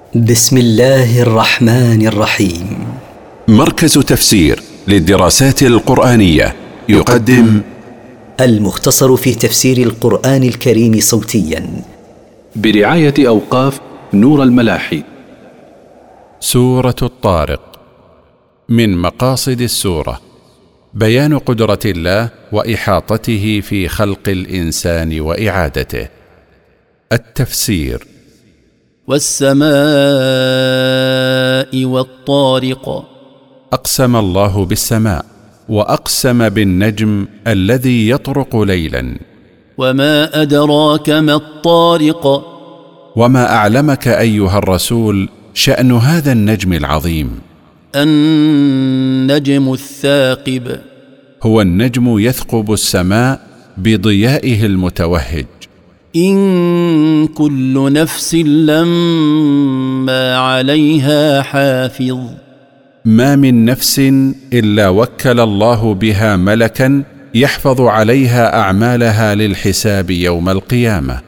بسم الله الرحمن الرحيم. مركز تفسير للدراسات القرآنية يقدم المختصر في تفسير القرآن الكريم صوتيا برعاية أوقاف نور الملاحي. سورة الطارق. من مقاصد السورة بيان قدرة الله وإحاطته في خلق الإنسان وإعادته. التفسير: والسماء والطارق. أقسم الله بالسماء، وأقسم بالنجم الذي يطرق ليلا. وما أدراك ما الطارق. وما أعلمك أيها الرسول شأن هذا النجم العظيم؟ النجم الثاقب. هو النجم يثقب السماء بضيائه المتوهج. إن كل نفس لما عليها حافظ. ما من نفس إلا وكل الله بها ملكا يحفظ عليها أعمالها للحساب يوم القيامة.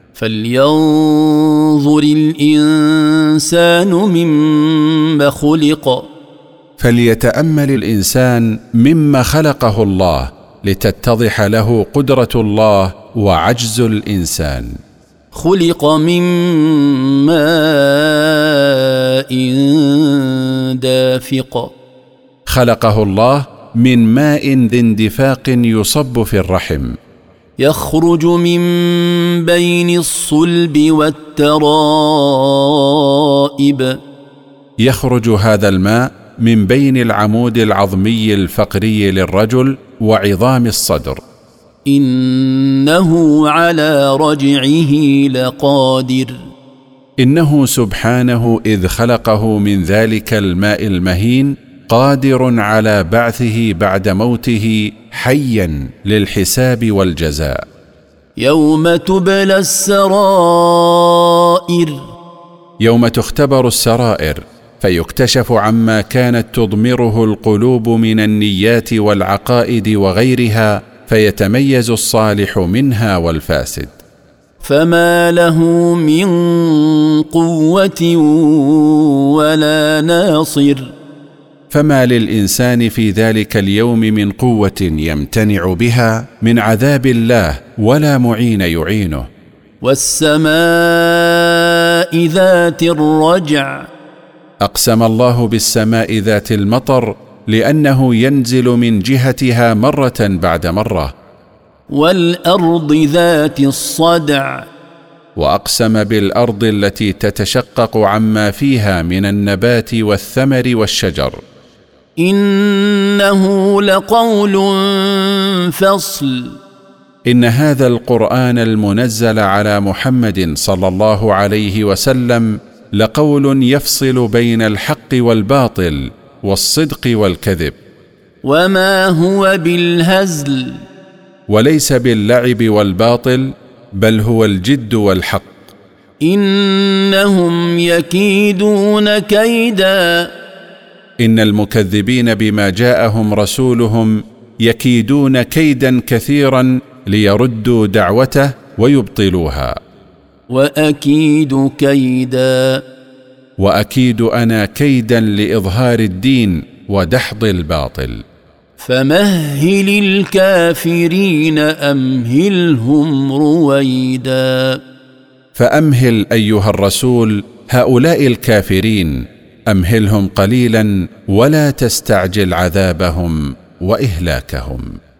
فلينظر الإنسان مما خلق. فليتأمل الإنسان مما خلقه الله لتتضح له قدرة الله وعجز الإنسان. خلق من ماء دافق. خلقه الله من ماء ذي اندفاق يصب في الرحم. يخرج من بين الصلب والترائب. يخرج هذا الماء من بين العمود العظمي الفقري للرجل وعظام الصدر. إنه على رجعه لقادر. إنه سبحانه إذ خلقه من ذلك الماء المهين قادر على بعثه بعد موته حيا للحساب والجزاء. يوم تبلى السرائر. يوم تختبر السرائر فيكتشف عما كانت تضمره القلوب من النيات والعقائد وغيرها، فيتميز الصالح منها والفاسد. فما له من قوة ولا ناصر. فما للإنسان في ذلك اليوم من قوة يمتنع بها من عذاب الله ولا معين يعينه. والسماء ذات الرجع. أقسم الله بالسماء ذات المطر لأنه ينزل من جهتها مرة بعد مرة. والأرض ذات الصدع. وأقسم بالأرض التي تتشقق عما فيها من النبات والثمر والشجر. إنه لقول فصل. إن هذا القرآن المنزل على محمد صلى الله عليه وسلم لقول يفصل بين الحق والباطل والصدق والكذب. وما هو بالهزل. وليس باللعب والباطل، بل هو الجد والحق. إنهم يكيدون كيدا. إن المكذبين بما جاءهم رسولهم يكيدون كيدا كثيرا ليردوا دعوته ويبطلوها. وأكيد كيدا. وأكيد أنا كيدا لإظهار الدين ودحض الباطل. فمهل الكافرين أمهلهم رويدا. فأمهل أيها الرسول هؤلاء الكافرين، أمهلهم قليلا ولا تستعجل عذابهم وإهلاكهم.